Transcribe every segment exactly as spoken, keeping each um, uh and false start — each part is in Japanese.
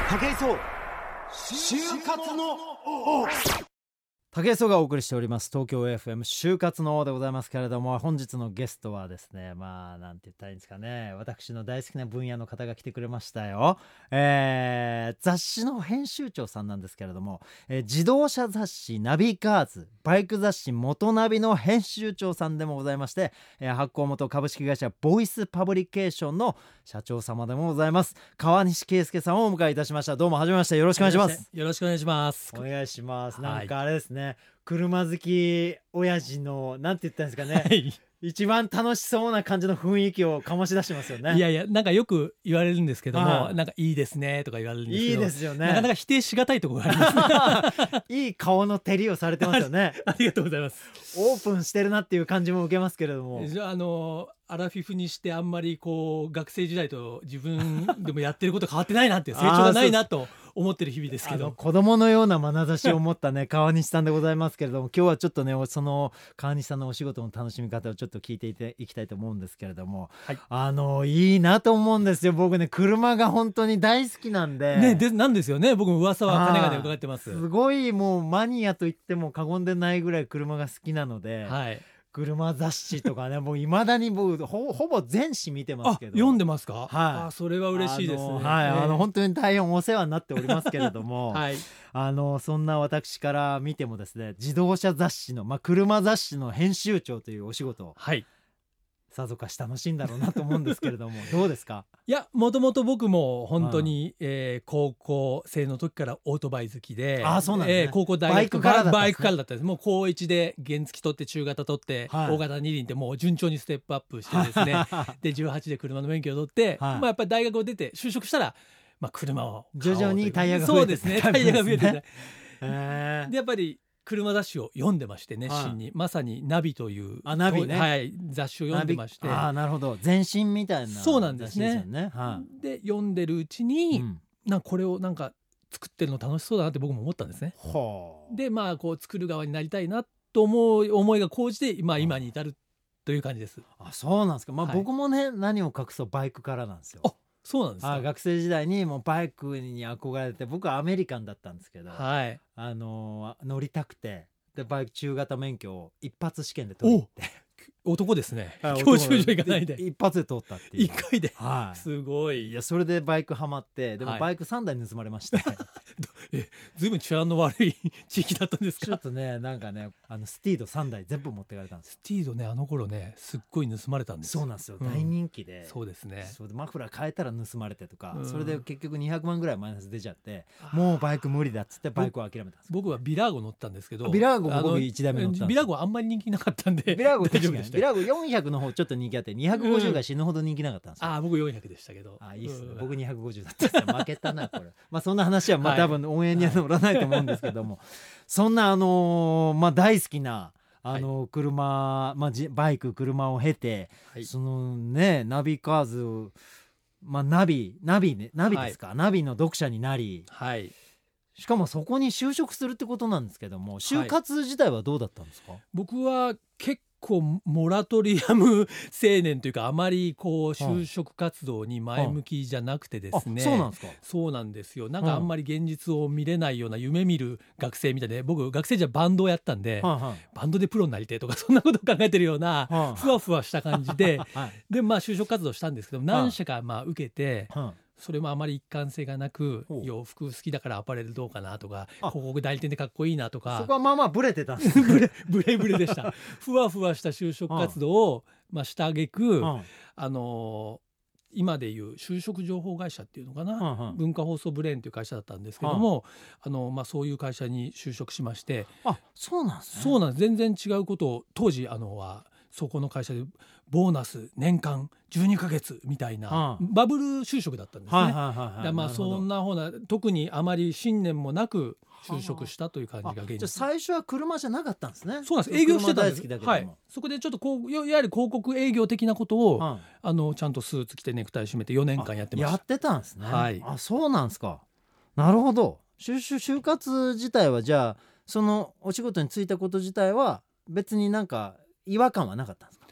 武井壮就活の王。 武井壮がお送りしております東京 エフエム 就活の王でございますけれども、本日のゲストはですね、まあなんて言ったらいいんですかね、私の大好きな分野の方が来てくれましたよ。えー、雑誌の編集長さんなんですけれども、えー、自動車雑誌ナビカーズ、バイク雑誌元ナビの編集長さんでもございまして、えー、発行元株式会社ボイスパブリケーションの社長様でもございます川西圭介さんをお迎えいたしました。どうもはじめまして、よろしくお願いします。 よろしくお願いします。 お願いします。 はい、 なんかあれですね、車好き親父のなんて言ったんですかね、 はい、 一番楽しそうな感じの雰囲気を醸し出してますよね。 いやいや、なんかよく言われるんですけども、 はい、 なんかいいですねとか言われるんですけど、 いいですよね、 なかなか否定しがたいところがありますねいい顔の照りをされてますよねありがとうございます。 オープンしてるなっていう感じも受けますけれども、 じゃあ、あのアラフィフにしてあんまりこう学生時代と自分でもやってること変わってないなって成長がないなと思ってる日々ですけど、 子供のような眼差しを持ったね川西さんでございますけれども、今日はちょっとねその川西さんのお仕事の楽しみ方をちょっと聞いていていきたいと思うんですけれども、 はい、 あのいいなと思うんですよ。僕ね車が本当に大好きなんで、 ね、でなんですよね。僕も噂はかねがね伺ってます。 すごいもうマニアと言っても過言でないぐらい車が好きなので、 はい、 車雑誌とかねもういまだに僕 ほ, ほぼ全紙見てますけど。 あ、読んでますか。 はい、 あ、それは嬉しいですね。 あの、はい、あの本当に大変お世話になっておりますけれども、 はい、 あのそんな私から見てもですね、自動車雑誌の、まあ、車雑誌の編集長というお仕事を、 はい、 さぞかし楽しいんだろうなと思うんですけれどもどうですか。 いや、もともと僕も本当に、えー、高校生の時からオートバイ好きで、 あ、そうなんですね、 えー、高校大学バイクからだったんですね。 バイクからだったんです。もう高いちで原付取って中型取って、はい、大型二輪ってもう順調にステップアップしてですねでじゅうはちで車の免許を取って、はい、まあ、やっぱり大学を出て就職したら、まあ、車を徐々にタイヤが増えて、 そうですね、タイヤが増えて、 えー、 でやっぱり車雑誌を読んでまして熱心に、はい、まさにナビという、 あ、ナビね、 はい、雑誌を読んでまして、 あ、なるほど、全身みたいな、 そうなんですね。 雑誌ですよね、はい、 で読んでるうちに、うん、なんかこれをなんか作ってるの楽しそうだなって僕も思ったんですね。 はあ、 でまあこう作る側になりたいなと思う思いが高じて、まあ、今に至るという感じです。 あ、そうなんですか。まあ、 はい、 僕もね何を隠そうバイクからなんですよ。 あ、そうなんですか。 あ、学生時代にもうバイクに憧れて、僕はアメリカンだったんですけど、 はい、 あのー、乗りたくて、でバイク中型免許を一発試験で取りに行って男ですね。教習所行かないで一発で通ったっていう。 一回で、 はい、 すごい。 いや、それでバイクハマって、でもバイクさんだい盗まれまして、はい、 え、ずいぶん治安の悪い地域だったんですか。 ちょっとね、なんかね、あのスティードさんだい全部持ってかれたんですよ。 スティードね、あの頃ねすっごい盗まれたんですよ。 そうなんですよ、大人気で、 うん、そうですね。 そうでマフラー変えたら盗まれてとか、 うん、 それで結局にひゃくまんぐらいマイナス出ちゃって、もうバイク無理だっつってバイクを諦めたんです。 僕はビラーゴ乗ったんですけど、 ビラーゴも僕いちだいめ乗ったんですよ。 ビラーゴはあんまり人気なかったんで、 ビラーゴ大丈夫でした。 ビラーゴよんひゃくの方ちょっと人気あって、にひゃくごじゅうが死ぬほど人気なかったんですよ。 ああ、僕よんひゃくでしたけど。 あ、いいっすね、うん、僕にひゃくごじゅうだったんですよ。負けたなこれまあそんな話はまあ多分応援には乗らないと思うんですけども、はい、そんなあのー、まあ大好きなあのー、車、まあ、バイク車を経て、はい、そのねナビカーズ、まあ、ナビナビねナビですか、はい、ナビの読者になり、はい、しかもそこに就職するってことなんですけども、就活自体はどうだったんですか。はい、 僕は結構モラトリアム青年というか、あまりこう就職活動に前向きじゃなくてですね、 はい、そうなんですか。 そうなんですよ。なんかあんまり現実を見れないような夢見る学生みたいで、僕学生時代バンドをやったんで、はいはい、バンドでプロになりてとかそんなことを考えてるような、はい、ふわふわした感じで、はい、でまあ就職活動したんですけど、何社かまあ受けて、はいはい、それもあまり一貫性がなく、洋服好きだからアパレルどうかなとか、広告代理店でかっこいいなとか、 そこはまあまあブレてたんですブレブレブレでしたふわふわした就職活動を、まあ、した挙句、あのー、今でいう就職情報会社っていうのかな、文化放送ブレーンっていう会社だったんですけども、あの、まあ、そういう会社に就職しまして。 あ、そうなんですね。 そうなんです。全然違うことを当時あのはそこの会社でボーナス年間じゅうにかげつみたいな、はあ、バブル就職だったんですね。はいはいはいはい、まあそんなほうな特にあまり信念もなく就職したという感じが現実。 じゃあ最初は車じゃなかったんですね。 そうなんです。営業してたんです。 大好きだけども、 はい、そこでちょっとこういわゆる広告営業的なことを、はあ、あのちゃんとスーツ着てネクタイ締めてよねんかんやってました。 やってたんですね。 はい、 あ、そうなんですか。なるほど。就, 就活自体はじゃあそのお仕事に就いたこと自体は別になんか違和感はなかったんですか。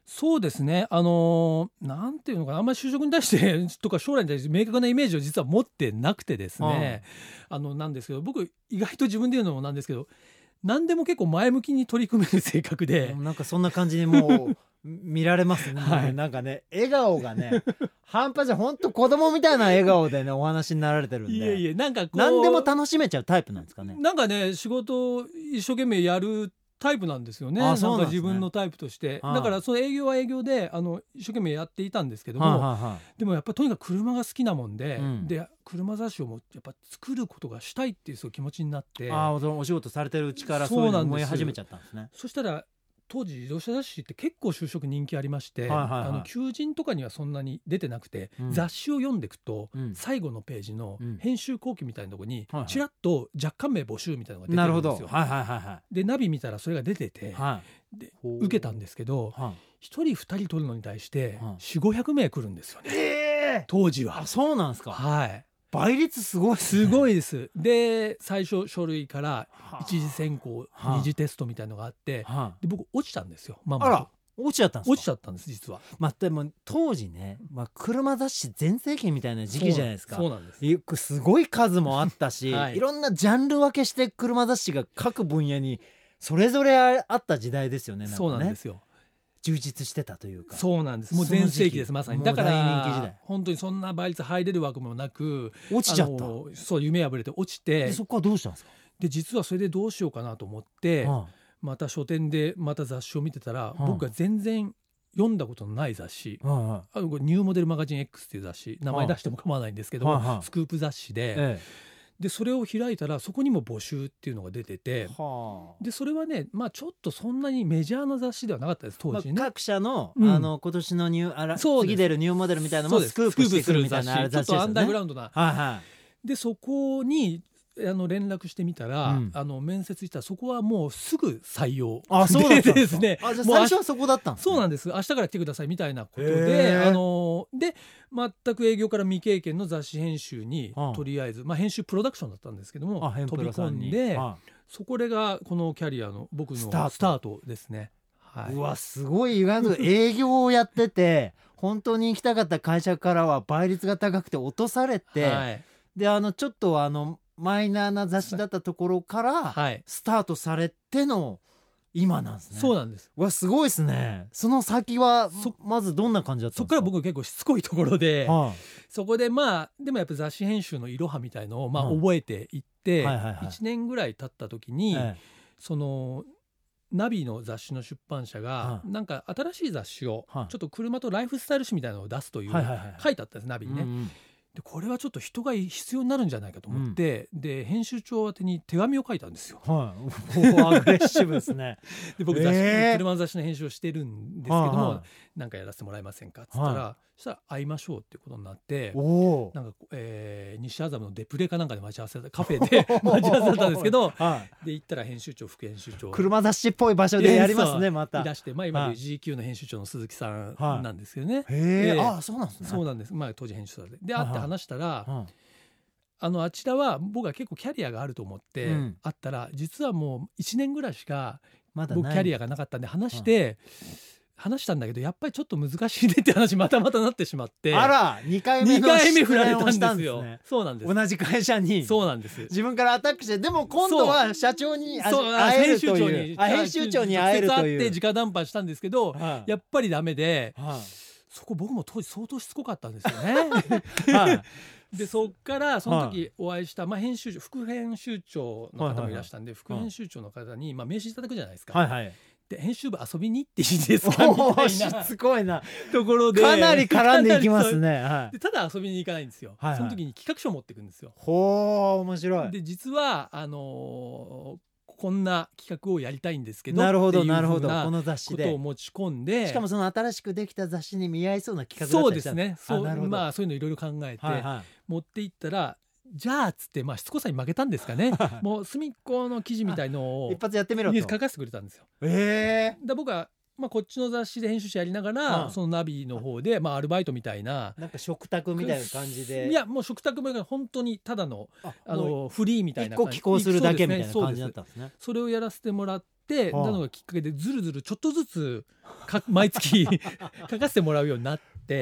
そうですね、あのーなんていうのかな、あんまり就職に対してとか将来に対して明確なイメージを実は持ってなくてですね、あのなんですけど、僕意外と自分で言うのもなんですけど、何でも結構前向きに取り組める性格で、 なんかそんな感じにもう見られますね、 はい、 なんかね笑顔がね半端じゃ本当子供みたいな笑顔でねお話になられてるんで、 いえいえ、なんかこう何でも楽しめちゃうタイプなんですかね。 なんかね、仕事を一生懸命やるタイプなんですよね。 あ、そうなんですね。 なんか自分のタイプとして、 はい、 だからその営業は営業であの一生懸命やっていたんですけども、 はいはいはい、 でもやっぱりとにかく車が好きなもんで、 うん、で車雑誌をもやっぱ作ることがしたいっていうそういう気持ちになって、 あ、お仕事されてるうちからそういうの思い始めちゃったんですね。 そしたら当時自動車雑誌って結構就職人気ありまして、 はいはいはい、 あの求人とかにはそんなに出てなくて、うん、雑誌を読んでいくと、うん、最後のページの編集後期みたいなところにちらっと若干名募集みたいなのが出てるんですよ。 はいはいはいはい、でナビ見たらそれが出てて、はい、で受けたんですけど、はい、ひとりふたり取るのに対してよんひゃくごひゃくめい来るんですよね、えー、当時は。 あ、そうなんですか。 はい、 倍率すごいですね。 すごいです。で最初書類から一次選考、はあ、二次テストみたいのがあって、はあ、で僕落ちたんですよ。まあ、 あら落ちちゃったんですか。 落ちちゃったんです実は。 まあ、でも当時ね、まあ、車雑誌全盛期みたいな時期じゃないですか。 そうなんです。 すごい数もあったし、 はい、 いろんなジャンル分けして車雑誌が各分野にそれぞれあった時代ですよね。なんかね、 そうなんですよ。 充実してたというか。 そうなんです。もう全盛期ですまさに。だから大人気時代、 本当にそんな倍率入れるわけもなく落ちちゃった。 そう夢破れて落ちて、 でそこはどうしたんですか。 で実はそれでどうしようかなと思って、はあ、また書店でまた雑誌を見てたら、はあ、僕が全然読んだことのない雑誌、はあはあ、あのニューモデルマガジン X っていう雑誌、名前出しても構わないんですけども、はあはあ、スクープ雑誌で、ええ、でそれを開いたらそこにも募集っていうのが出てて、はあ、でそれはね、まあ、ちょっとそんなにメジャーな雑誌ではなかったです当時ね、 まあ、各社の、 うん、 あの今年のニューあら次出るニューモデルみたいなのもスクープしてくるみたいな雑誌ですよね。 ちょっとアンダーグラウンドな、 はいはい、 でそこにあの連絡してみたら、うん、あの面接したらそこはもうすぐ採用。 あ、そうだったんですか。 ね、 あ、じゃあ最初はそこだったんですね。 そうなんです。明日から来てくださいみたいなことで、あので全く営業から未経験の雑誌編集に、はあ、とりあえず、まあ、編集プロダクションだったんですけども飛び込んで、はあ、そこがこのキャリアの僕のスタートですね。はい、 うわすごい。意外と営業をやってて本当に行きたかった会社からは倍率が高くて落とされて、はい、であのちょっとあのマイナーな雑誌だったところからスタートされての今なんですね。 そうなんです。 うわすごいですね。その先はまずどんな感じだったんですか。 そこから僕結構しつこいところで、はあ、そこでまあでもやっぱ雑誌編集のいろはみたいのをまあ覚えていって、はいはいはいはい、いちねんぐらい経った時に、ええ、そのナビの雑誌の出版社が、はあ、なんか新しい雑誌をちょっと車とライフスタイル誌みたいなのを出すという、はいはいはい、書いてあったんですナビにね、うんうん、でこれはちょっと人が必要になるんじゃないかと思って、うん、で編集長宛てに手紙を書いたんですよ。 はい、アグレッシブですね。 で僕雑誌、えー、車の雑誌の編集をしてるんですけども、はあ、なんかやらせてもらえませんかっつったら、はあ、そしたら会いましょうっていうことになって、なんか、えー、西麻布のデプレかなんかで待ち合わせたカフェで待ち合わせたんですけど、はい、で行ったら編集長副編集長車雑誌っぽい場所でやりますね。またいらして、まあ、今でいう ジーキュー の編集長の鈴木さんなんですけどね、はい、 へー、あ、そうなんですね。 そうなんです、まあ、当時編集長でで会って話したら、はいはい、あのあちらは僕は結構キャリアがあると思って、うん、会ったら実はもういちねんぐらいしか僕キャリアがなかったんで話して、話したんだけどやっぱりちょっと難しいねって話またまたなってしまって、 あらにかいめのにかいめ振られたんですよ。そうなんです。 同じ会社にそうなんです。 自分からアタックして、でも今度は社長に会えるという、編集長に会えるという、 直接会って直談判したんですけど、はあ、やっぱりダメで、はあ、そこ僕も当時相当しつこかったんですよね。はあでそっからその時お会いした、まあ、編集長副編集長の方もいらしたんで、副編集長の方に、まあ、名刺いただくじゃないですか、はいはい、で編集部遊びに行っていいですかみたいなしつこいなところでかなり絡んでいきますね、はい、 でただ遊びに行かないんですよ、はいはい、その時に企画書を持っていくんですよ。 ほー面白い。 で実はあのーこんな企画をやりたいんですけど、 なるほどなるほど、この雑誌でことを持ち込んで、 しかもその新しくできた雑誌に見合いそうな企画だったりした。 そうですね、そう、まあ、そういうのいろいろ考えて、はいはい、持っていったらじゃあっつって、まあ、しつこさに負けたんですかねもう隅っこの記事みたいのを一発やってみろと書かせてくれたんですよ。 えー、 だ僕はまあ、こっちの雑誌で編集者やりながら、うん、そのナビの方で、まあ、アルバイトみたいななんか食卓みたいな感じで、 いやもう食卓も本当にただの あ, あのフリーみたいな感じ、一個寄稿するだけみたいな感じだったんですね。 それをやらせてもらっってなのがきっかけでずるずるちょっとずつか毎月書かせてもらうようになって、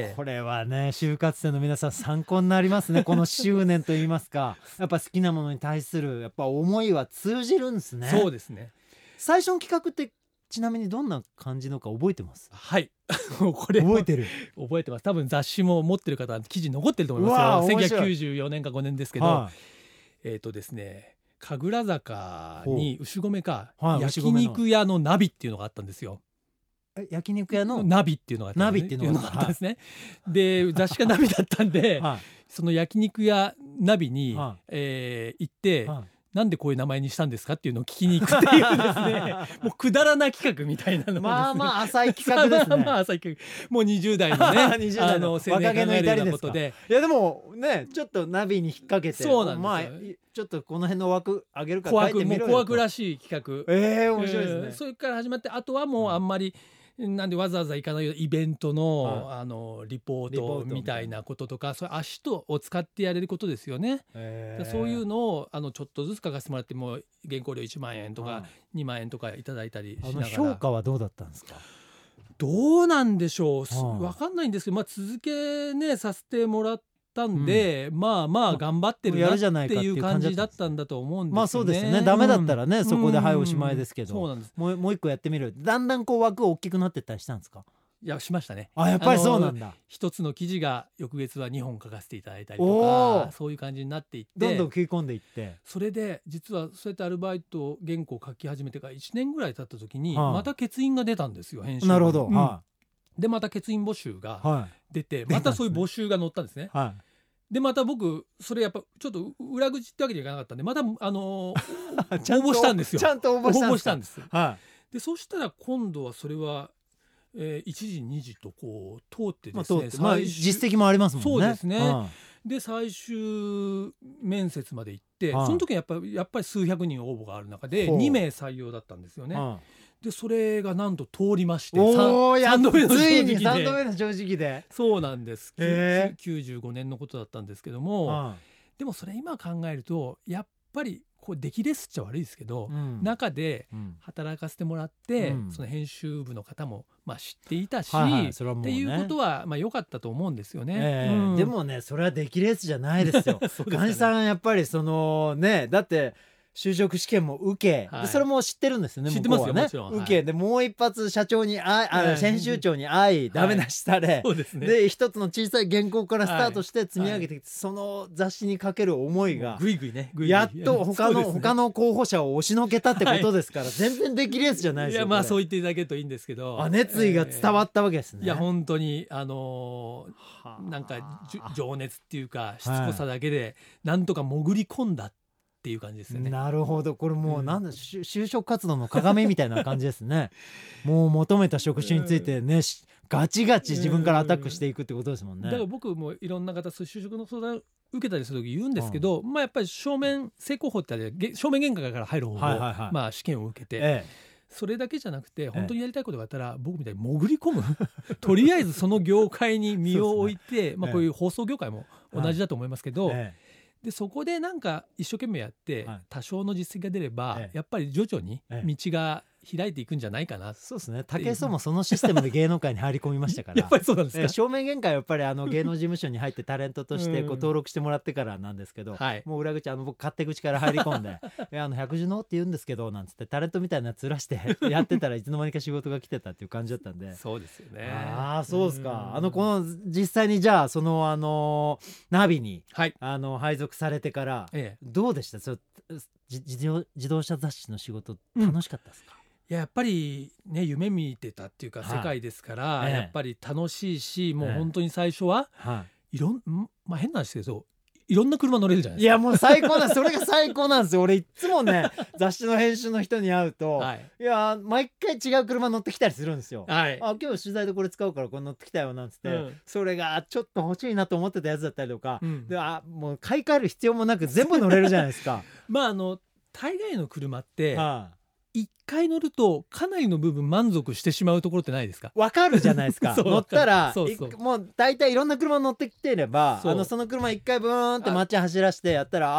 これはね就活生の皆さん参考になりますねこの執念といいますかやっぱ好きなものに対するやっぱ思いは通じるんですね。 そうですね。 最初の企画ってちなみにどんな感じのか覚えてます？ はいこれ覚えてる覚えてます。多分雑誌も持ってる方は記事残ってると思いうわますよ。 ー面白いせんきゅうひゃくきゅうじゅうよねんかごねんですけど、 はえっ、とですね神楽坂に牛込か、 はい焼肉屋のナビっていうのがあったんですよ。 い、え焼肉屋のナビっていうのがあったんですね。 ナビっていうのがあったんですね。で雑誌がナビだったんで、 はいその焼肉屋ナビに、 はいえー行って、 はいなんでこういう名前にしたんですかっていうのを聞きに行くっていうですねもうくだらな企画みたいなのをですね、 まあまあ浅い企画ですねまあまあ浅い企画、もうにじゅう代のねにじゅう代のあの青年考えるようなことで、 いやでもねちょっとナビに引っ掛けてそうなんですよ、 まあちょっとこの辺の枠上げるか怖くら書いてみろよともう怖くらしい企画、 えー、面白いですね、 えーそれから始まって、あとはもうあんまり、なんでわざわざ行かないようなイベントの、 はいあのリポーリポートトみたいなこととか、それ足とを使ってやれることですよね。 えーそういうのをあのちょっとずつ書かせてもらって、もう原稿料いちまんえんとかはいにまんえんとかいただいたりしあのながら、 評価はどうだったんですか？ どうなんでしょう、すはいわかんないんですけど、まあ、続けねさせてもらったんで、まあまあ頑張ってるなやるじゃないってかっていううい感じ感じだっただったんだと思うんですよね。 まあそうですよねダメだったらね、 うんそこではいおしまいですけど、 そうなんです。 もうもう一個やってみる、だんだんこう枠大きくなってったりしたんですか？ いやしましたね。 あやっぱりそうなんだ。 一つの記事が翌月はにほん書かせていただいたりとおーか、そういう感じになっていって、 どんどん食い込んでいって、 それで実はそうやってアルバイト原稿書き始めてからいちねんぐらい経った時に、 はいまた欠員が出たんですよ、編集部に。 なるほど、 うんはでまた欠員募集がいは出て、 出たんですねまたそういう募集が載ったんですね。 いはでまた僕それやっぱちょっと裏口ってわけにはいかなかったんで、またあのーいちゃんと応募したんですよ。 ちゃんと応募したんですか？ 応募したんです。 はでそしたら今度はそれは、えー、いちじにじとこう通ってい、まあ、 ですね、 通ってまあ最終実績もありますもんね。 そうですねはで最終面接まで行って、 はいその時はやっぱりやっぱり数百人応募がある中でほうにめい採用だったんですよね。 いはでそれがなんと通りまして、 い、おおやっさんどめのつい正直にさんどで、 めの正直で、 そうなんです。 へーきゅうじゅうごねんのことだったんですけども、 はでもそれ今考えるとやっぱりこう出来レースっちゃ悪いですけど、 いうん中でうん働かせてもらって、 うんその編集部の方もまあ知っていたし、 はいはいそれはもうねっていうことはまあ良かったと思うんですよね。 ええうんでもねそれは出来レースじゃないですよ。 そうですかねガニさんやっぱりそのねだって就職試験も受け、 はいでそれも知ってるんですよね。 知ってますよ向こうはねもちろんはい受けでもう一発社長にあいあ、 ええ編集長に会いダメ出しされ、 そうですね。 で一つの小さい原稿からスタートして積み上げてきて、その雑誌にかける思いがぐいぐいね、ぐいぐいやっと他の、 そうですね他の候補者を押しのけたってことですから、全然出来レースじゃないですよ。 いやまあそうう言っていただけるといいんですけど、 あ熱意が伝わったわけですね。 いや本当にあのはあーなんかじゅ情熱っていうかしつこさだけでなんとか潜り込んだっていう感じですよね。 なるほどこれもううんなんだ、就就職活動の鏡みたいな感じですね。もう求めた職種についてね、しガチガチ自分からアタックしていくってことですもんね。 だから僕もいろんな方そういう就職の相談受けたりする時言うんですけど、まあやっぱり正面正攻法ってあれげ正面玄関から入る方法、 はいはいはいまあ試験を受けて、 えそれだけじゃなくて本当にやりたいことがあったら僕みたいに潜り込むとりあえずその業界に身を置いて、まあこういう放送業界も同じだと思いますけど、 ええでそこでなんか一生懸命やって、 はい多少の実績が出れば、 ええやっぱり徐々にええ道が開いていくんじゃないかな、 そうですね。武井壮もそのシステムで芸能界に入り込みましたから。 やっぱりそうなんですか、 えー正面玄関はやっぱりあの芸能事務所に入ってタレントとしてこううん登録してもらってからなんですけど、 はいもう裏口あの僕勝手口から入り込んで「いやあの百獣の王って言うんですけど」なんつってタレントみたいなやつらしてやってたらいつの間にか仕事が来てたっていう感じだったんで。 そうですよね。 ああそうですか。 んあのこの実際にじゃあそのあのナビにはい、 あの配属されてからええ、 どうでした？そうじ自動自動車雑誌の仕事うん楽しかったですか？ いややっぱりね夢見てたっていうかはい世界ですから、 ええやっぱり楽しいし、もうええ本当に最初ははいろん、んまあ変な話ですけどいろんな車乗れるじゃないい、いですやもう最高なんそれが最高なんですよ。俺いっつもね雑誌の編集の人に会うと、 か。はいいや毎回違う車乗ってきたりするんですよ。 はいあ今日取材でこれ使うからこれ乗ってきたよなんつって、 うんそれがちょっと欲しいなと思ってたやつだったりとか、 うんであもう買い替える必要もなく全部乗れるじゃないですか。 まああの大概の車ってはい一回乗るとかなりの部分満足してしまうところってないですか？ わかるじゃないですか。 そう乗ったらそうそういもう大体いろんな車乗ってきていればそうあのその車一回ブーンって街走らしてやったらあ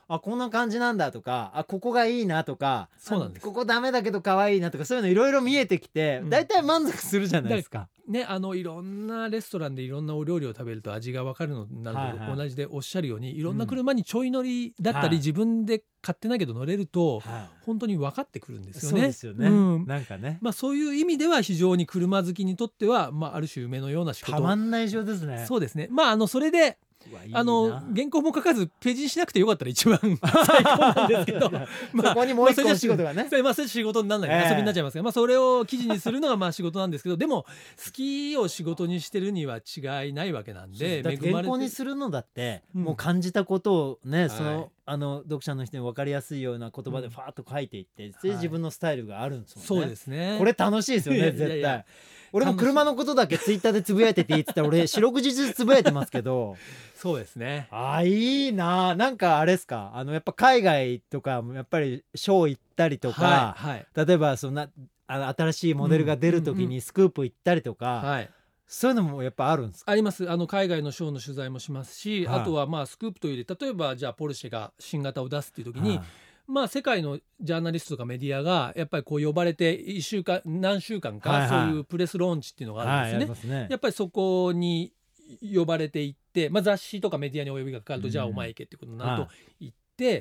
あこんな感じなんだとか、あここがいいなとか、 そうなんです、 ここダメだけど可愛いなとか、そういうのいろいろ見えてきて、だいたい満足するじゃないですか。 ね、あのいろんなレストランでいろんなお料理を食べると味が分かるのなのと、はいはい、同じでおっしゃるようにいろんな車にちょい乗りだったり、うん、自分で買ってないけど乗れると、はい、本当に分かってくるんですよね。 そうですよね、うん、なんかね、 まあ、そういう意味では非常に車好きにとっては、まあ、ある種夢のような仕事、 たまんない仕事ですね。 そうですね、まあ、あのそれでいいあの原稿も書かずページにしなくてよかったら一番最高なんですけどまあ、そこにもう一個仕事がね、 それまあそれ仕事にならない、えー、遊びになっちゃいますが、まあ、それを記事にするのがまあ仕事なんですけどでも好きを仕事にしてるには違いないわけなんで、 だって原稿にするのだって、うん、もう感じたことをね、その、はい、あの読者の人に分かりやすいような言葉でファーッと書いていって、うん、で自分のスタイルがあるんですもんね。 そうですね、 これ楽しいですよね絶対。いやいや俺も車のことだけツイッターでつぶやいてていいっつったら俺四六時中つぶやいてますけどそうですね、 あいいな。なんかあれですか、あのやっぱ海外とかもやっぱりショー行ったりとか、はいはい、例えばそんなあの新しいモデルが出る時にスクープ行ったりとか、うんうんうん、はい、そういうのもやっぱあるんですか？ あります。あの海外のショーの取材もしますし、はい、あとはまあスクープというより例えばじゃあポルシェが新型を出すっていう時に、はい、まあ、世界のジャーナリストとかメディアがやっぱりこう呼ばれていっしゅうかん何週間かそういうプレスローンチっていうのがあるんですね、はいはい、やっぱりそこに呼ばれていって、まあ、雑誌とかメディアにお呼びがかかると、うん、じゃあお前行けっていうことになると行って、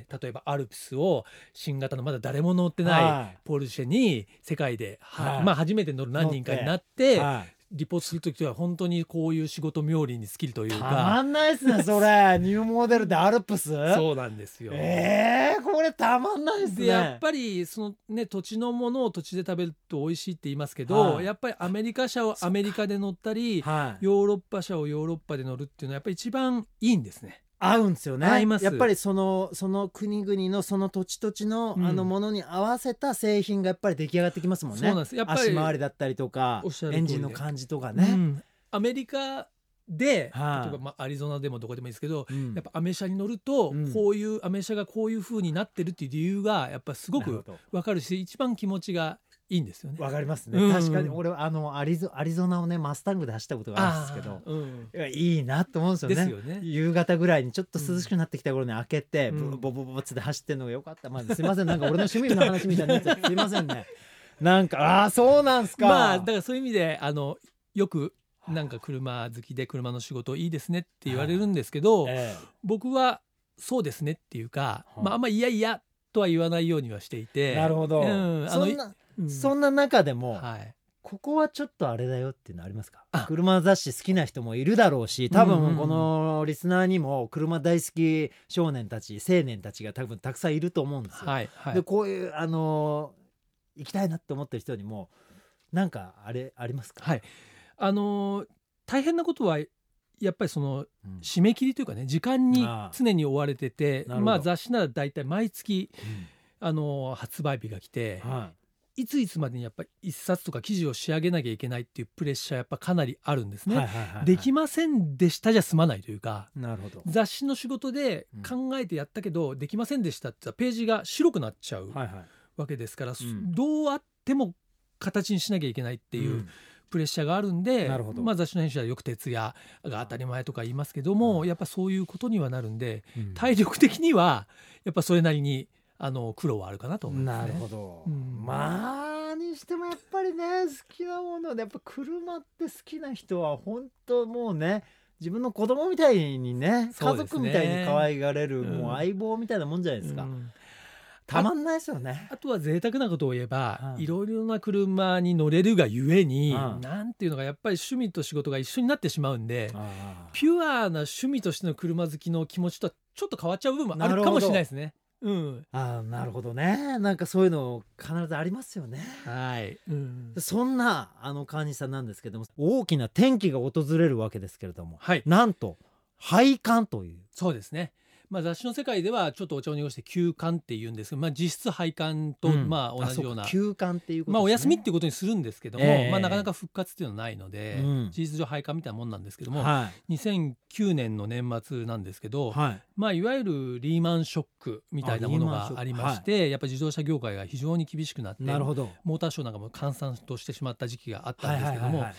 はい、例えばアルプスを新型のまだ誰も乗ってないポルシェに世界で、はい、まあ、初めて乗る何人かになって、はい、リポートするときは本当にこういう仕事冥利に尽きるというか、 たまんないですねそれニューモデルでアルプスそうなんですよ。 えー、これたまんないですね。 でやっぱりその、ね、土地のものを土地で食べると美味しいって言いますけど、はい、やっぱりアメリカ車をアメリカで乗ったり、はい、ヨーロッパ車をヨーロッパで乗るっていうのはやっぱり一番いいんですね。 合うんですよね。 合います。 やっぱりその、その国々のその土地土地の、うん、あのものに合わせた製品がやっぱり出来上がってきますもんね。 そうなんです。やっぱり足回りだったりとかエンジンの感じとかね、うん、 アメリカで、はあ、例えばまあアリゾナでもどこでもいいですけど、うん、やっぱアメ車に乗ると、うん、こういうアメ車がこういう風になってるっていう理由がやっぱすごく分かるし一番気持ちがいいんですよね。 わかりますね、うん、確かに俺あのアリゾ、アリゾナをねマスタングで走ったことがあるんですけど、うん、いやいいなと思うんですよ ね, ですよね。夕方ぐらいにちょっと涼しくなってきた頃に開けて、うん、ボボボボツで走ってるのがよかった、まあ、すいませんなんか俺の趣味の話みたいなやつすいませんねなんかああそうなんすか。 まあだからそういう意味であのよくなんか車好きで車の仕事いいですねって言われるんですけど、ええ、僕はそうですねっていうか、まあ、あんまいやいやとは言わないようにはしていて。 なるほど、うん、あのそんなうん、そんな中でも、はい、ここはちょっとあれだよっていうのありますか？車雑誌好きな人もいるだろうし多分このリスナーにも車大好き少年たち青年たちが多分たくさんいると思うんですよ、はいはい、でこういうあのー、行きたいなって思ってる人にもなんかあれありますか？ はい、あのー、大変なことはやっぱりその締め切りというかね時間に常に追われてて、うん、まあ雑誌なら大体毎月、うん、あのー、発売日が来て、はい、いついつまでにやっぱり一冊とか記事を仕上げなきゃいけないっていうプレッシャーやっぱかなりあるんですね、はいはいはいはい、できませんでしたじゃ済まないというか、 なるほど雑誌の仕事で考えてやったけど、うん、できませんでしたってページが白くなっちゃうわけですから、はいはい、うん、どうあっても形にしなきゃいけないっていう、うんプレッシャーがあるんで、まあ、雑誌の編集はよく徹夜が当たり前とか言いますけども、やっぱそういうことにはなるんで、うん、体力的にはやっぱそれなりにあの苦労はあるかなと思いますね。 なるほど、うん、まあにしてもやっぱりね好きなものでやっぱ車って好きな人は本当もうね自分の子供みたいにね家族みたいに可愛がれる、ね、もう相棒みたいなもんじゃないですか、うんたまんないですよね。 あとは贅沢なことを言えば、うん、いろいろな車に乗れるがゆえに、うん、なんていうのがやっぱり趣味と仕事が一緒になってしまうんで、ピュアな趣味としての車好きの気持ちとはちょっと変わっちゃう部分もあるかもしれないですね。うん、 あなるほどね。なんかそういうの必ずありますよね。 はい、うん、 そんなあの川西さんなんですけども大きな転機が訪れるわけですけれども、 はい、 なんと廃刊という。 そうですね。まあ、雑誌の世界ではちょっとお茶を濁して休刊っていうんですけど、まあ、実質廃刊とまあ同じような、うん、 休刊っていうことですね。 まあお休みっていうことにするんですけども、えーまあ、なかなか復活っていうのはないので、うん、事実上廃刊みたいなもんなんですけども、はい、にせんきゅうねんの年末なんですけど、はいまあ、いわゆるリーマンショックみたいなものがありまして、はい、やっぱり自動車業界が非常に厳しくなって、なるほどモーターショーなんかも閑散としてしまった時期があったんですけども、はいはいはいはい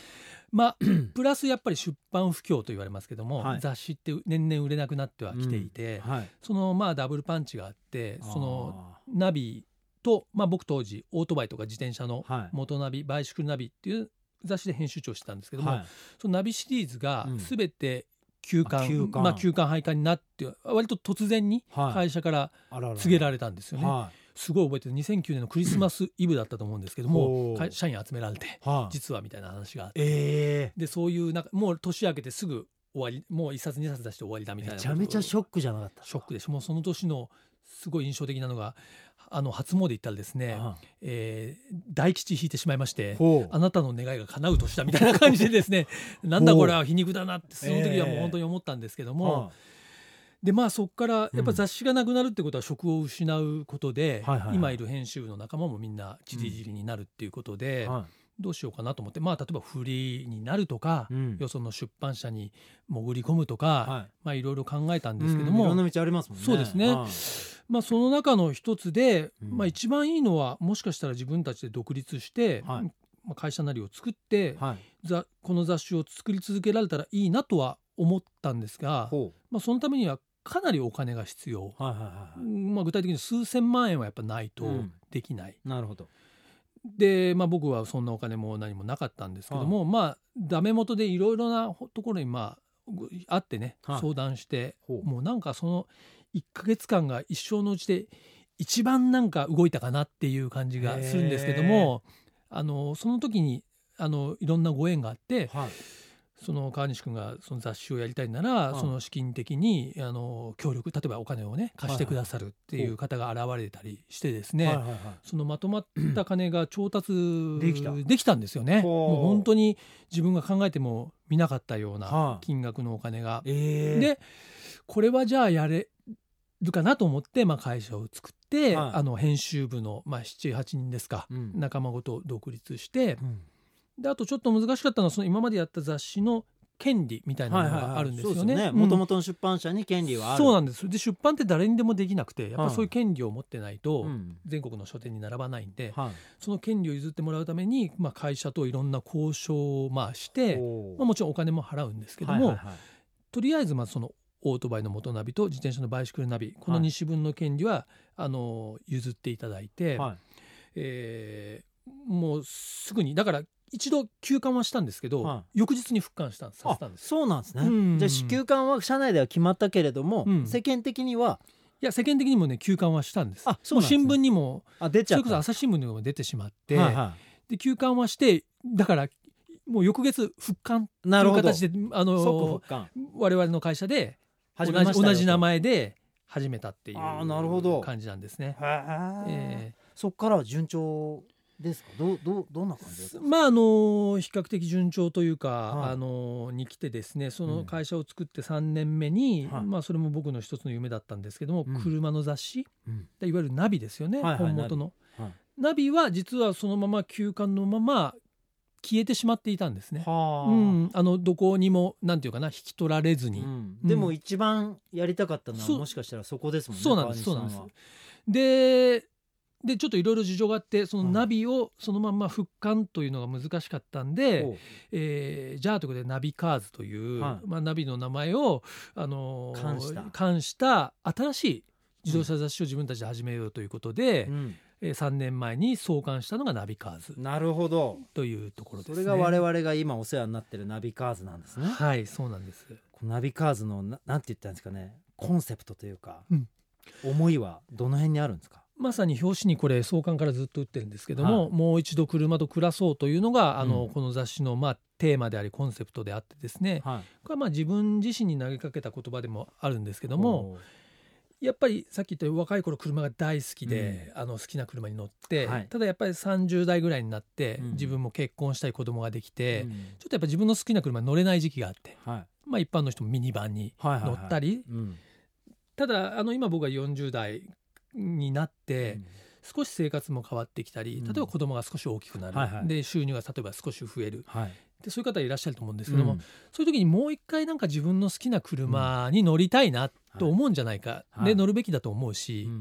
まあプラスやっぱり出版不況と言われますけども、 はい、 雑誌って年々売れなくなってはきていて、 うんはい、 そのまあダブルパンチがあって、そのナビと、まあ、僕当時オートバイとか自転車の元ナビ、はい、バイシクルナビっていう雑誌で編集長をしてたんですけども、はい、そのナビシリーズが全て休刊、うん、まあ、休刊廃刊になって割と突然に会社から告げられたんですよね、はい、すごい覚えてるにせんきゅうねんのクリスマスイブだったと思うんですけども、うん、社員集められて、はあ、実はみたいな話があって、えー、でそういうなんかもう年明けてすぐ終わり、もういっさつにさつ出して終わりだみたいな、 めちゃめちゃショックじゃなかった？ ショックでし、もうその年のすごい印象的なのが、あの初詣行ったらですね、ああえー、大吉引いてしまいまして、あなたの願いが叶う年だみたいな感じでですねなんだこれは皮肉だなってその時はもう本当に思ったんですけども、えー、でまあそこからやっぱ雑誌がなくなるってことは職を失うことで、うんはいはいはい、今いる編集部の仲間もみんな散り散りになるっていうことで、うんはい、どうしようかなと思って、まあ、例えばフリーになるとか、うん、よその出版社に潜り込むとか、はいまあ、いろいろ考えたんですけども、 うん、いろんな道ありますもんね。 そうですね、はいまあ、その中の一つで、うんまあ、一番いいのはもしかしたら自分たちで独立して、はいまあ、会社なりを作って、はい、ざこの雑誌を作り続けられたらいいなとは思ったんですが、まあ、そのためにはかなりお金が必要、はいはいはいまあ、具体的に数千万円はやっぱないとできない、 うん、なるほど。 で、まあ、僕はそんなお金も何もなかったんですけども、はいまあ、ダメ元でいろいろなところに、まあ、あってね、はい、相談して、もうなんかそのいっかげつかんが一生のうちで一番なんか動いたかなっていう感じがするんですけども、あのその時にあのいろんなご縁があって、はい、その川西君がその雑誌をやりたいなら、はい、その資金的にあの協力、例えばお金をね貸してくださるっていう方が現れたりしてですね、はいはいはい、そのまとまった金が調達できた、できたんですよね。もう本当に自分が考えても見なかったような金額のお金が、はあえー、でこれはじゃあやれるかなと思って、まあ、会社を作って、はい、あの編集部の、まあ、ななはちにんですか、うん、仲間ごと独立して、うん、であとちょっと難しかったのはその今までやった雑誌の権利みたいなのがあるんですよね。 もともとの出版社に権利はある。 そうなんです。で出版って誰にでもできなくてやっぱそういう権利を持ってないと全国の書店に並ばないんで、うん、その権利を譲ってもらうために、まあ、会社といろんな交渉をまあして、まあ、もちろんお金も払うんですけども、はいはいはい、とりあえずまあそのオートバイの元ナビと自転車のバイシクルナビ、このにしぶんの権利は、はい、あの譲っていただいて、はいえー、もうすぐにだから一度休刊はしたんですけど、はい、翌日に復刊したさせたんです。 そうなんですね、うん、じゃあ休刊は社内では決まったけれども、うん、世間的にはいや世間的にもね休刊はしたんです。あそうなんですね、もう新聞にもあ出ちゃった、 それこそ朝日新聞にも出てしまって、はいはい、で休刊はしてだからもう翌月復刊という形であの我々の会社で同じ、同じ名前で始めたっていう感じなんですね。 えー、そっからは順調ですか？どう、どう、どんな感じですか？ まああの比較的順調というか、はい、あのに来てですね、その会社を作ってさんねんめに、うん、まあそれも僕の一つの夢だったんですけども、うん、車の雑誌、うん、いわゆるナビですよね、はいはい、本元の、はい、ナビは実はそのまま休刊のまま消えてしまっていたんですね。はあ、うん、あのどこにもなんていうかな引き取られずに、うんうん、でも一番やりたかったのはもしかしたらそこですもんね。 そうなんです、そうなんです。ででちょっといろいろ事情があってそのナビをそのまま復刊というのが難しかったんで、うんえー、じゃあということでナビカーズという、はいまあ、ナビの名前を、あのー、冠した、冠した新しい自動車雑誌を自分たちで始めようということで、うんえー、さんねんまえに創刊したのがナビカーズ。 なるほどというところですね。 それが我々が今お世話になってるナビカーズなんですね。 はいそうなんです。 このナビカーズの な, なんて言ったんですかね、コンセプトというか、うん、思いはどの辺にあるんですか？ まさに表紙にこれ創刊からずっと売ってるんですけども、はい、もう一度車と暮らそうというのがあの、うん、この雑誌のまあテーマでありコンセプトであってですね、はい、これはまあ自分自身に投げかけた言葉でもあるんですけども、やっぱりさっき言ったように若い頃車が大好きで、うん、あの好きな車に乗って、はい、ただやっぱりさんじゅうだいぐらいになって、うん、自分も結婚したい子供ができて、うん、ちょっとやっぱ自分の好きな車に乗れない時期があって、はいまあ、一般の人もミニバンに乗ったり、はいはいはいうん、ただあの今僕がよんじゅうだいになって、うん少し生活も変わってきたり、例えば子供が少し大きくなる、うんはいはい、で収入が例えば少し増える、はい、でそういう方いらっしゃると思うんですけども、うん、そういう時にもう一回なんか自分の好きな車に乗りたいなと思うんじゃないか、うん、で乗るべきだと思うし、うん、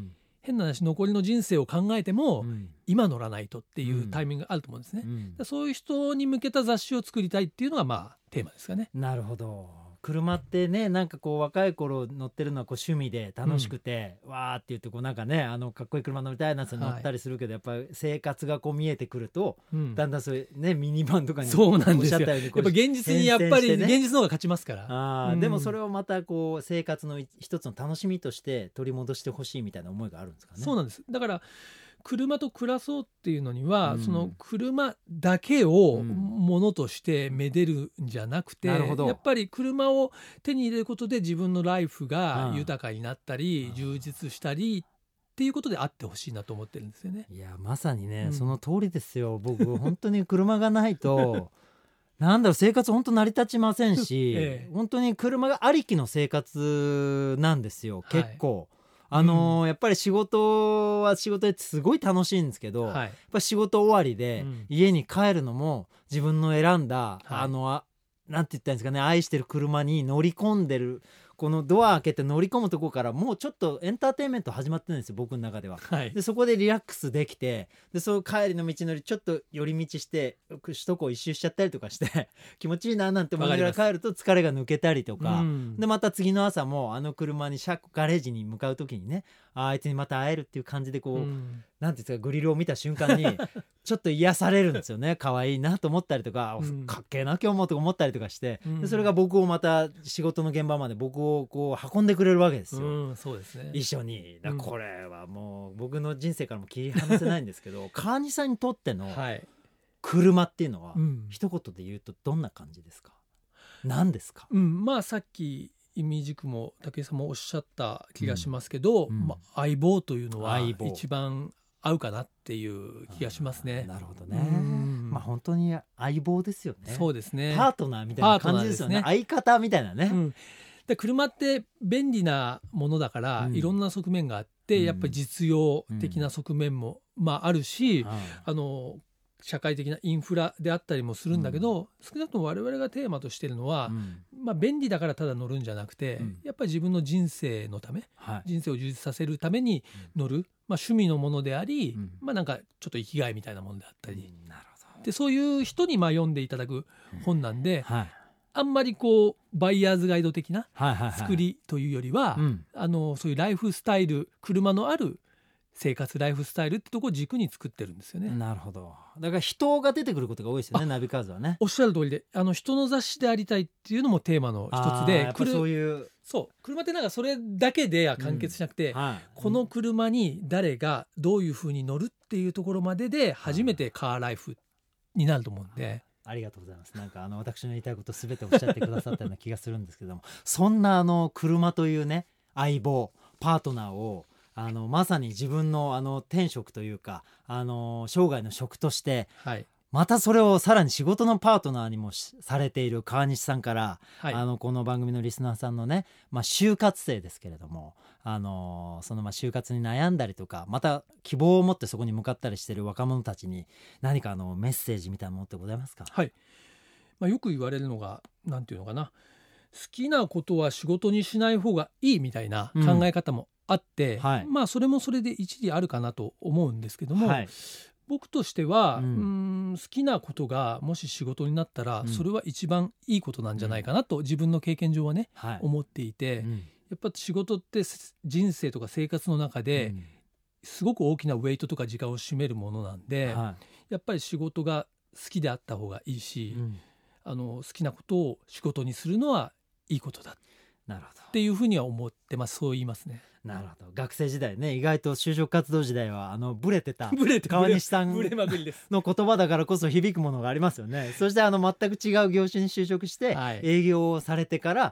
変な話残りの人生を考えても、 うん、 今乗らないとっていうタイミングがあると思うんですね、うん、そういう人に向けた雑誌を作りたいっていうのがまあテーマですかね。 なるほど。車ってね、なんかこう若い頃乗ってるのはこう趣味で楽しくて、うん、わーって言ってこうなんかね、あのかっこいい車乗りたいなって乗ったりするけど、はい、やっぱり生活がこう見えてくると、うん、だんだんそういうねミニバンとかにそうなんですよ。やっぱ現実にやっぱり現実の方が勝ちますから。 あ、うん、でもそれをまたこう生活の一つの楽しみとして取り戻してほしいみたいな思いがあるんですかね。 そうなんです。だから車と暮らそうっていうのには、うん、その車だけをものとしてめでるんじゃなくて、うん、やっぱり車を手に入れることで自分のライフが豊かになったり、うん、充実したりっていうことであってほしいなと思ってるんですよね。 いやまさにね、うん、その通りですよ。僕本当に車がないとなんだろう生活本当成り立ちませんし、ええ、本当に車がありきの生活なんですよ結構、はい、あのーうん、やっぱり仕事は仕事ですごい楽しいんですけど、はい、やっぱ仕事終わりで家に帰るのも自分の選んだ、うん、あのあなんて言ったらいいんですかね、愛してる車に乗り込んでるこのドア開けて乗り込むところからもうちょっとエンターテインメント始まってるんですよ僕の中では、はい、でそこでリラックスできて、でそう帰りの道のりちょっと寄り道して首都高一周しちゃったりとかして気持ちいいななんて思いながら帰ると疲れが抜けたりとか、うん、でまた次の朝もあの車に車ガレージに向かう時にね、あ, あいつにまた会えるっていう感じでこう、うん、なんていうんですか、グリルを見た瞬間にちょっと癒されるんですよね可愛いなと思ったりとか、うん、かっけえな今日もと思ったりとかして、うん、でそれが僕をまた仕事の現場まで僕をこう運んでくれるわけですよ、うん、 そうですね、 一緒に。だこれはもう僕の人生からも切り離せないんですけど川西さんにとっての車っていうのは、はい、一言で言うとどんな感じですか？何ですか？ うん、まあさっきイミジクも武井さんもおっしゃった気がしますけど、うんまあ、相棒というのは一番合うかなっていう気がしますね。 なるほどね、うんまあ、本当に相棒ですよね。 そうですね、 パートナーみたいな感じですよね、相方みたいなね、うん、 で車って便利なものだから、うん、いろんな側面があって、うん、やっぱり実用的な側面も、うんまあ、あるし、うん、あの社会的なインフラであったりもするんだけど、うん、少なくとも我々がテーマとしているのは、うんまあ、便利だからただ乗るんじゃなくて、うん、やっぱり自分の人生のため、はい、人生を充実させるために乗る、まあ、趣味のものであり、うんまあ、なんかちょっと生きがいみたいなものであったり、うん、なるほど。でそういう人にまあ読んでいただく本なんで、うんはい、あんまりこうバイヤーズガイド的な作りというよりは、はいはいはい、あのそういうライフスタイル、車のある生活ライフスタイルってとこを軸に作ってるんですよね。 なるほど。だから人が出てくることが多いですよね、ナビカーズはね。 おっしゃる通りで、あの人の雑誌でありたいっていうのもテーマの一つで、 やっぱそういうそう車ってなんかそれだけでは完結しなくて、うんはい、この車に誰がどういうふうに乗るっていうところまでで初めてカーライフになると思うんで、 ありがとうございます。なんかあの私の言いたいことすべておっしゃってくださったような気がするんですけどもそんなあの車というね相棒パートナーをあのまさに自分のあの天職というかあの生涯の職として、はい、またそれをさらに仕事のパートナーにもされている川西さんから、はい、あのこの番組のリスナーさんのね、まあ、就活生ですけれどもあのそのまあ就活に悩んだりとかまた希望を持ってそこに向かったりしている若者たちに何かあのメッセージみたいなものってございますか？ はい、まあ、よく言われるのがなんていうのかな、好きなことは仕事にしない方がいいみたいな考え方も、うんあって、はい、まあそれもそれで一理あるかなと思うんですけども、はい、僕としては、うん、うーん好きなことがもし仕事になったら、うん、それは一番いいことなんじゃないかなと、うん、自分の経験上はね、はい、思っていて、うん、やっぱ仕事って人生とか生活の中ですごく大きなウェイトとか時間を占めるものなんで、はい、やっぱり仕事が好きであった方がいいし、うん、あの好きなことを仕事にするのはいいことだなるほどっていうふうには思ってます。そう言いますね。 なるほど。学生時代ね意外と就職活動時代はあのブレてた川西さんの言葉だからこそ響くものがありますよね。そしてあの全く違う業種に就職して営業をされてから、はい、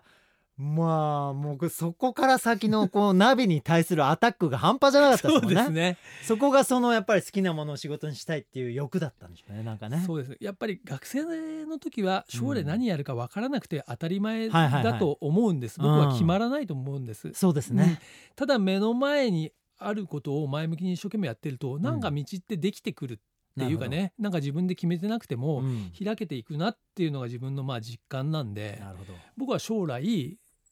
まあもうそこから先のこうナビに対するアタックが半端じゃなかったですもんね。そうですね。そこがそのやっぱり好きなものを仕事にしたいっていう欲だったんでしょうね。なんかね。 そうです。やっぱり学生の時は将来何やるか分からなくて当たり前だと思うんです。僕は決まらないと思うんです。 そうですね、うん。 ただ目の前にあることを前向きに一生懸命やってると、なんか道ってできてくるっていうかね、なんか自分で決めてなくても開けていくなっていうのが自分のまあ実感なんで、なるほど僕は将来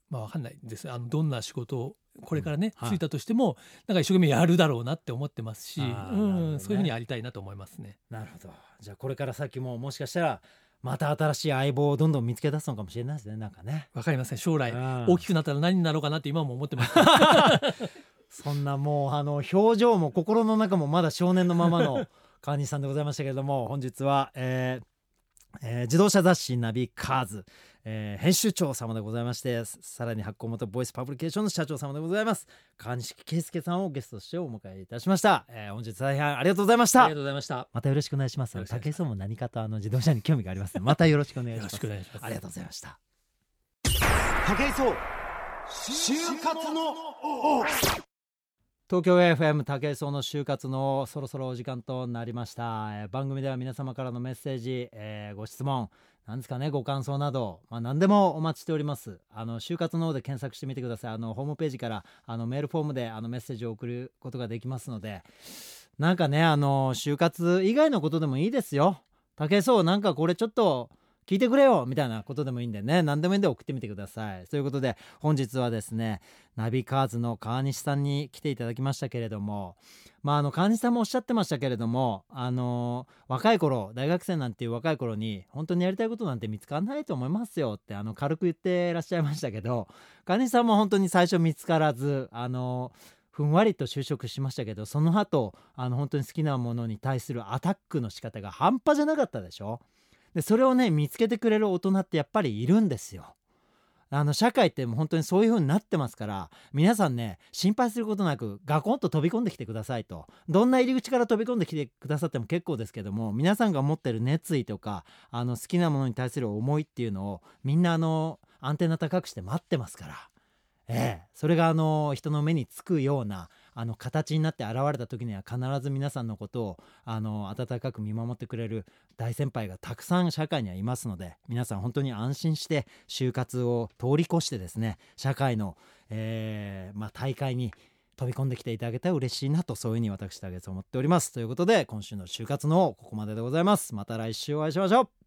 まあわかんないですあのどんな仕事をこれからね、 うん、 ついたとしてもなんか一生懸命やるだろうなって思ってますし、うん、 ね、 そういうふうにやりたいなと思いますね。 なるほど。じゃあこれから先ももしかしたらまた新しい相棒をどんどん見つけ出すのかもしれないですね。なんかね、 わかりません。将来大きくなったら何になろうかなって今も思ってますそんなもうあの表情も心の中もまだ少年のままの川西さんでございましたけれども、本日は、えーえー、自動車雑誌ナビカーズ、えー、編集長様でございまして、さらに発行元ボイスパブリケーションの社長様でございます川西圭介さんをゲストとしてお迎えいたしました、えー、本日大変ありがとうございました。 ありがとうございました。 またよろしくお願いします。武井壮も何かとあの自動車に興味がありますのでまたよろしくお願いします。 よろしくお願いします。 ありがとうございました。 武井壮就活の王。 東京 エフエム 武井壮の就活のそろそろお時間となりました、えー、番組では皆様からのメッセージ、えー、ご質問なんですかね、ご感想など、まあ、何でもお待ちしております。あの就活の方で検索してみてください。あのホームページからあのメールフォームであのメッセージを送ることができますので、なんかねあの就活以外のことでもいいですよ。武井壮なんかこれちょっと聞いてくれよみたいなことでもいいんでね、何でもいいんで送ってみてください。ということで本日はですねナビカーズの川西さんに来ていただきましたけれども、まああの川西さんもおっしゃってましたけれども、あの若い頃大学生なんていう若い頃に本当にやりたいことなんて見つからないと思いますよってあの軽く言ってらっしゃいましたけど、川西さんも本当に最初見つからずあのふんわりと就職しましたけど、その後あの本当に好きなものに対するアタックの仕方が半端じゃなかったでしょ。でそれをね見つけてくれる大人ってやっぱりいるんですよ。あの社会ってもう本当にそういう風になってますから、皆さんね心配することなくガコンと飛び込んできてくださいと。どんな入り口から飛び込んできてくださっても結構ですけども、皆さんが持ってる熱意とかあの好きなものに対する思いっていうのをみんなあのアンテナ高くして待ってますから、ええ、それがあの人の目につくようなあの形になって現れた時には必ず皆さんのことをあの温かく見守ってくれる大先輩がたくさん社会にはいますので、皆さん本当に安心して就活を通り越してですね社会の、えーまあ、大会に飛び込んできていただけたら嬉しいなと、そういうふうに私だけ思っております。ということで今週の就活のここまででございます。また来週お会いしましょう。